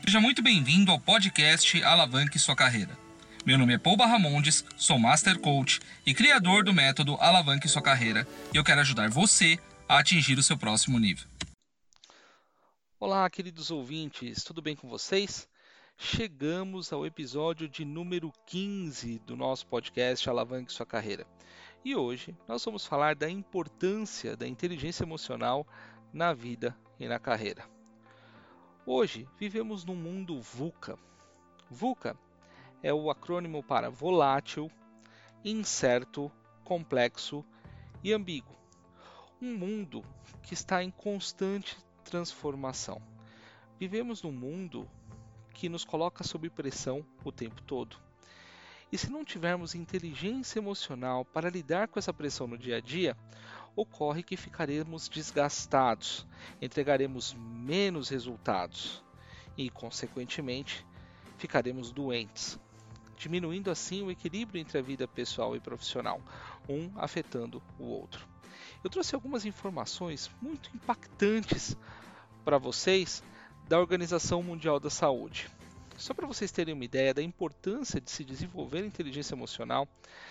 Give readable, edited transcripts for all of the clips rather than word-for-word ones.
Seja muito bem-vindo ao podcast Alavanque Sua Carreira. Meu nome é Paul Barramondes, sou Master Coach e criador do método Alavanque Sua Carreira e eu quero ajudar você a atingir o seu próximo nível. Olá, queridos ouvintes, tudo bem com vocês? Chegamos ao episódio de número 15 do nosso podcast Alavanque Sua Carreira. E hoje nós vamos falar da importância da inteligência emocional na vida e na carreira. Hoje vivemos num mundo VUCA. VUCA é o acrônimo para volátil, incerto, complexo e ambíguo. Um mundo que está em constante transformação. Vivemos num mundo que nos coloca sob pressão o tempo todo. E se não tivermos inteligência emocional para lidar com essa pressão no dia a dia, ocorre que ficaremos desgastados, entregaremos menos resultados e, consequentemente, ficaremos doentes, diminuindo assim o equilíbrio entre a vida pessoal e profissional, um afetando o outro. Eu trouxe algumas informações muito impactantes para vocês da Organização Mundial da Saúde. Só para vocês terem uma ideia da importância de se desenvolver inteligência emocional,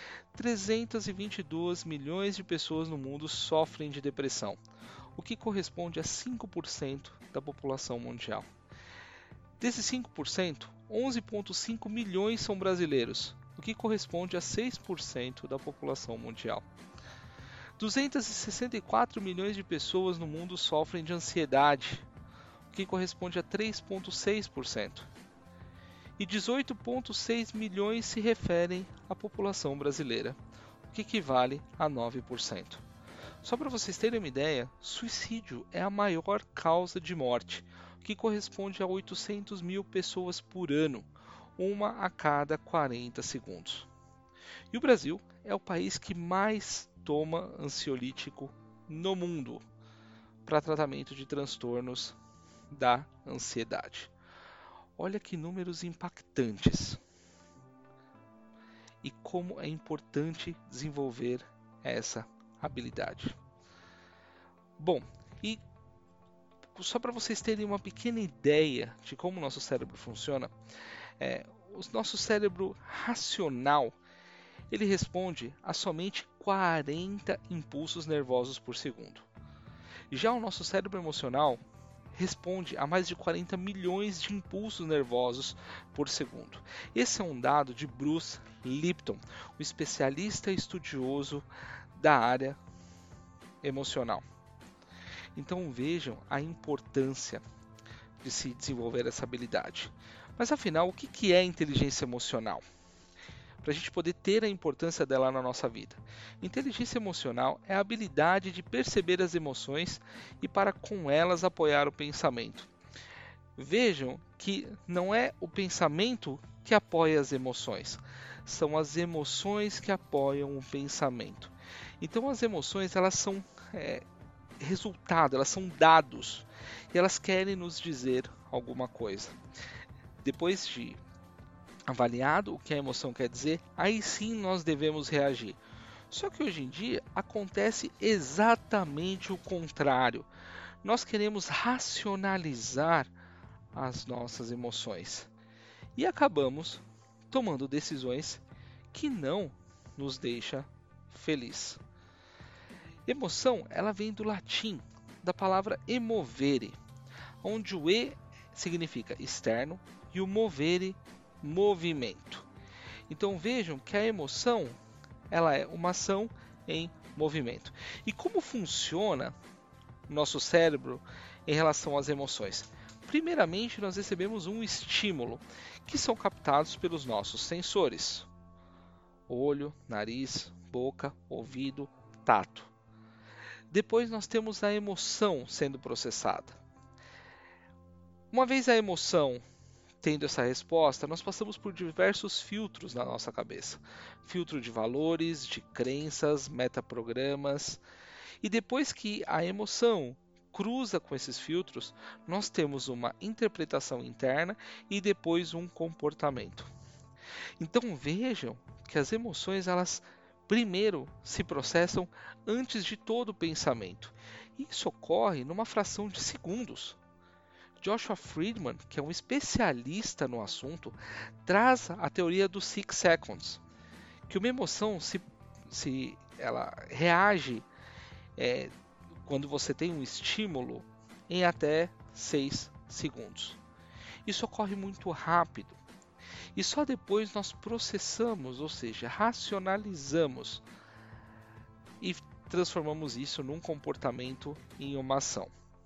322 milhões de pessoas no mundo sofrem de depressão, o que corresponde a 5% da população mundial. Desses 5%, 11,5 milhões são brasileiros, o que corresponde a 6% da população mundial. 264 milhões de pessoas no mundo sofrem de ansiedade, o que corresponde a 3,6%. E 18,6 milhões se referem à população brasileira, o que equivale a 9%. Só para vocês terem uma ideia, suicídio é a maior causa de morte, o que corresponde a 800 mil pessoas por ano, uma a cada 40 segundos. E o Brasil é o país que mais toma ansiolítico no mundo para tratamento de transtornos da ansiedade. Olha que números impactantes. E como é importante desenvolver essa habilidade. Bom, e só para vocês terem uma pequena ideia de como o nosso cérebro funciona, o nosso cérebro racional ele responde a somente 40 impulsos nervosos por segundo. Já o nosso cérebro emocional responde a mais de 40 milhões de impulsos nervosos por segundo. Esse é um dado de Bruce Lipton, um especialista estudioso da área emocional. Então vejam a importância de se desenvolver essa habilidade. Mas afinal, o que é inteligência emocional? Para a gente poder ter a importância dela na nossa vida. Inteligência emocional é a habilidade de perceber as emoções e para com elas apoiar o pensamento. Vejam que não é o pensamento que apoia as emoções, são as emoções que apoiam o pensamento. Então as emoções elas são resultado, elas são dados e elas querem nos dizer alguma coisa. Depois de avaliado o que a emoção quer dizer, aí sim nós devemos reagir. Só que hoje em dia acontece exatamente o contrário. Nós queremos racionalizar as nossas emoções e acabamos tomando decisões que não nos deixam feliz. Emoção, ela vem do latim, da palavra emovere, onde o e significa externo e o movere movimento. Então vejam que a emoção ela é uma ação em movimento. E como funciona o nosso cérebro em relação às emoções? Primeiramente, nós recebemos um estímulo, que são captados pelos nossos sensores: olho, nariz, boca, ouvido, tato. Depois nós temos a emoção sendo processada. Uma vez a emoção tendo essa resposta, nós passamos por diversos filtros na nossa cabeça. Filtro de valores, de crenças, metaprogramas. E depois que a emoção cruza com esses filtros, nós temos uma interpretação interna e depois um comportamento. Então vejam que as emoções elas primeiro se processam antes de todo o pensamento. Isso ocorre numa fração de segundos. Joshua Friedman, que é um especialista no assunto, traz a teoria dos 6 seconds, que uma emoção, se ela reage quando você tem um estímulo em até 6 segundos. Isso ocorre muito rápido e só depois nós processamos, ou seja, racionalizamos e transformamos isso num comportamento em uma ação.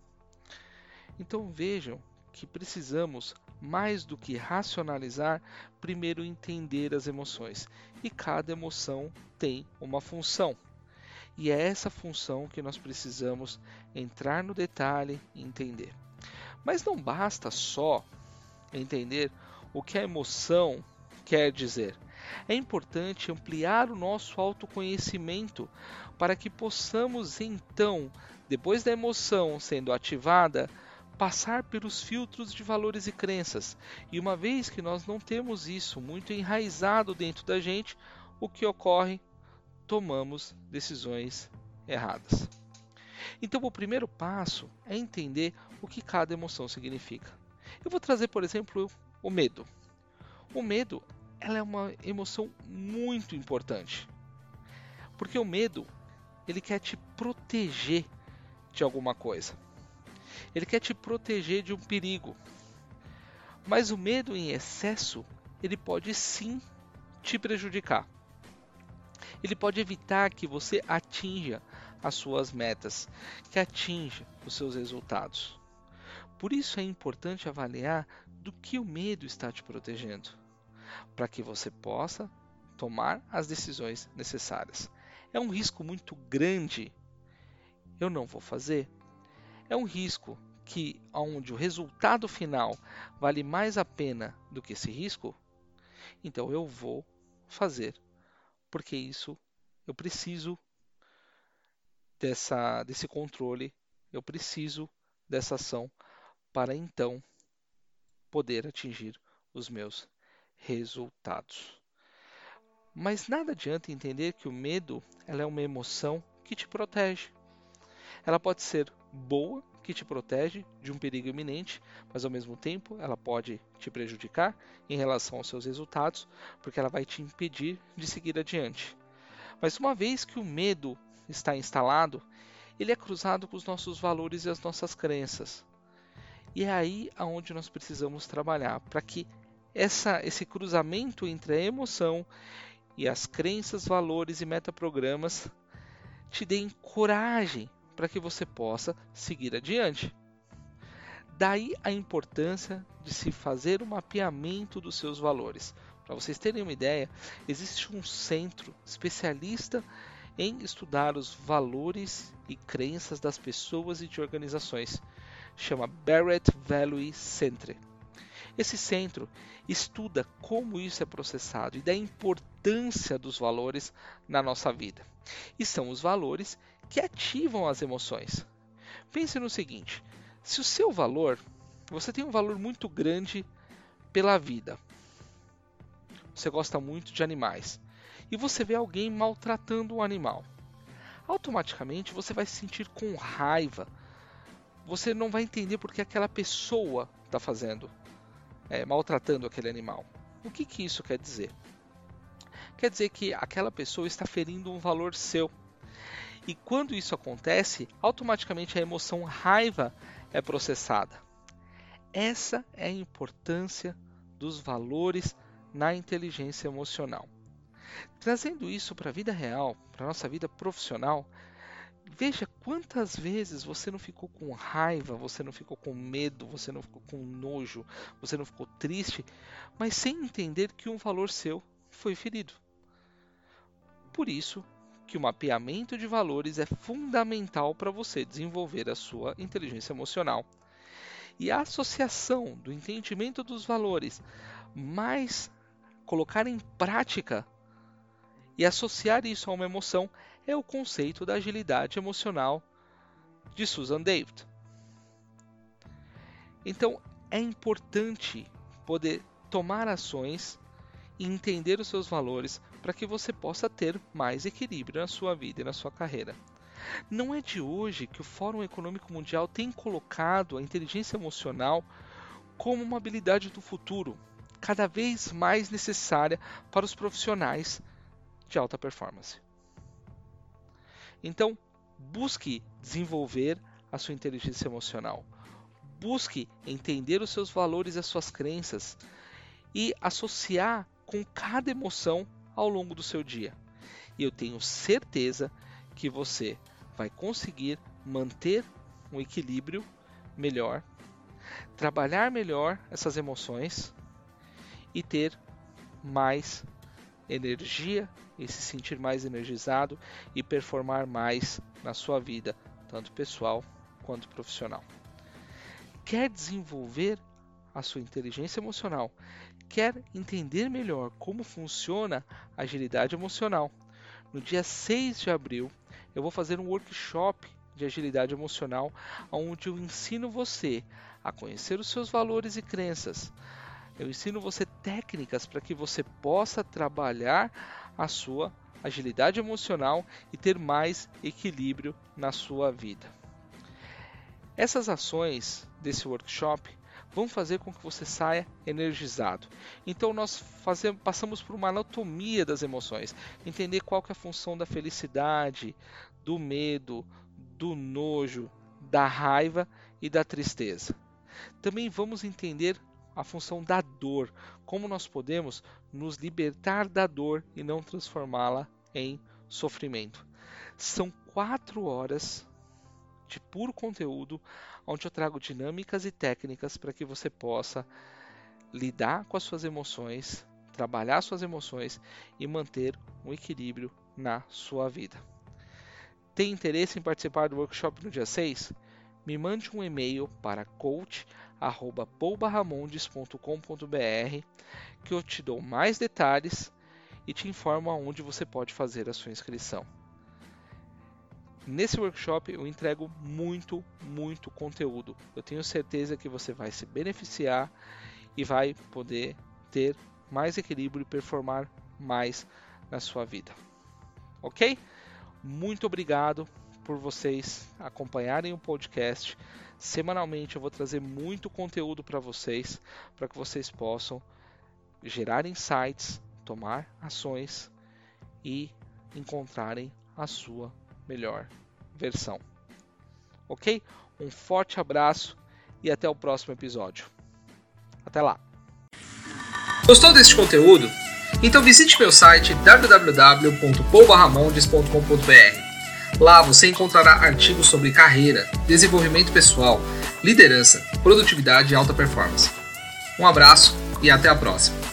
Então vejam que precisamos, mais do que racionalizar, primeiro entender as emoções. E cada emoção tem uma função. E é essa função que nós precisamos entrar no detalhe e entender. Mas não basta só entender o que a emoção quer dizer. É importante ampliar o nosso autoconhecimento para que possamos então, depois da emoção sendo ativada, passar pelos filtros de valores e crenças. E uma vez que nós não temos isso muito enraizado dentro da gente, o que ocorre? Tomamos decisões erradas. Então, o primeiro passo é entender o que cada emoção significa. Eu vou trazer, por exemplo, o medo. O medo, ela é uma emoção muito importante, porque o medo, ele quer te proteger de alguma coisa. Ele quer te proteger de um perigo. Mas o medo em excesso, ele pode sim te prejudicar. Ele pode evitar que você atinja as suas metas, que atinja os seus resultados. Por isso é importante avaliar do que o medo está te protegendo, para que você possa tomar as decisões necessárias. É um risco muito grande, eu não vou fazer. É um risco que, onde o resultado final vale mais a pena do que esse risco, então eu vou fazer, porque isso eu preciso desse controle, eu preciso dessa ação para então poder atingir os meus resultados. Mas nada adianta entender que o medo, ela é uma emoção que te protege. Ela pode ser boa, que te protege de um perigo iminente, mas ao mesmo tempo ela pode te prejudicar em relação aos seus resultados, porque ela vai te impedir de seguir adiante. Mas uma vez que o medo está instalado, ele é cruzado com os nossos valores e as nossas crenças. E é aí aonde nós precisamos trabalhar, para que esse cruzamento entre a emoção e as crenças, valores e metaprogramas te deem coragem para que você possa seguir adiante. Daí a importância de se fazer um mapeamento dos seus valores. Para vocês terem uma ideia, existe um centro especialista em estudar os valores e crenças das pessoas e de organizações. Chama Barrett Value Centre. Esse centro estuda como isso é processado e da importância dos valores na nossa vida. E são os valores que ativam as emoções. Pense no seguinte: se o seu valor, você tem um valor muito grande pela vida, você gosta muito de animais, e você vê alguém maltratando um animal, automaticamente você vai se sentir com raiva. Você não vai entender porque aquela pessoa está maltratando aquele animal. O que isso quer dizer? Quer dizer que aquela pessoa está ferindo um valor seu. E quando isso acontece, automaticamente a emoção raiva é processada. Essa é a importância dos valores na inteligência emocional. Trazendo isso para a vida real, para a nossa vida profissional, veja quantas vezes você não ficou com raiva, você não ficou com medo, você não ficou com nojo, você não ficou triste, mas sem entender que um valor seu foi ferido. Por isso que o mapeamento de valores é fundamental para você desenvolver a sua inteligência emocional. E a associação do entendimento dos valores, mais colocar em prática e associar isso a uma emoção, é o conceito da agilidade emocional de Susan David. Então, é importante poder tomar ações e entender os seus valores para que você possa ter mais equilíbrio na sua vida e na sua carreira. Não é de hoje que o Fórum Econômico Mundial tem colocado a inteligência emocional como uma habilidade do futuro, cada vez mais necessária para os profissionais de alta performance. Então, busque desenvolver a sua inteligência emocional. Busque entender os seus valores e as suas crenças e associar com cada emoção ao longo do seu dia. E eu tenho certeza que você vai conseguir manter um equilíbrio melhor, trabalhar melhor essas emoções e ter mais energia e se sentir mais energizado e performar mais na sua vida, tanto pessoal quanto profissional. Quer desenvolver a sua inteligência emocional? Quer entender melhor como funciona a agilidade emocional? No dia 6 de abril, eu vou fazer um workshop de agilidade emocional, onde eu ensino você a conhecer os seus valores e crenças. Eu ensino você técnicas para que você possa trabalhar a sua agilidade emocional e ter mais equilíbrio na sua vida. Essas ações desse workshop vão fazer com que você saia energizado. Então nós passamos por uma anatomia das emoções, entender qual que é a função da felicidade, do medo, do nojo, da raiva e da tristeza. Também vamos entender a função da dor, como nós podemos nos libertar da dor e não transformá-la em sofrimento. São 4 horas de puro conteúdo, onde eu trago dinâmicas e técnicas para que você possa lidar com as suas emoções, trabalhar suas emoções e manter um equilíbrio na sua vida. Tem interesse em participar do workshop no dia 6? Me mande um e-mail para coach@paulbarramondes.com.br que eu te dou mais detalhes e te informo aonde você pode fazer a sua inscrição. Nesse workshop eu entrego muito conteúdo. Eu tenho certeza que você vai se beneficiar e vai poder ter mais equilíbrio e performar mais na sua vida. Ok? Muito obrigado por vocês acompanharem o podcast. Semanalmente eu vou trazer muito conteúdo para vocês, para que vocês possam gerar insights, tomar ações e encontrarem a sua melhor versão. Ok? Um forte abraço e até o próximo episódio. Até lá! Gostou deste conteúdo? Então visite meu site www.paulbarramondes.com.br. Lá você encontrará artigos sobre carreira, desenvolvimento pessoal, liderança, produtividade e alta performance. Um abraço e até a próxima!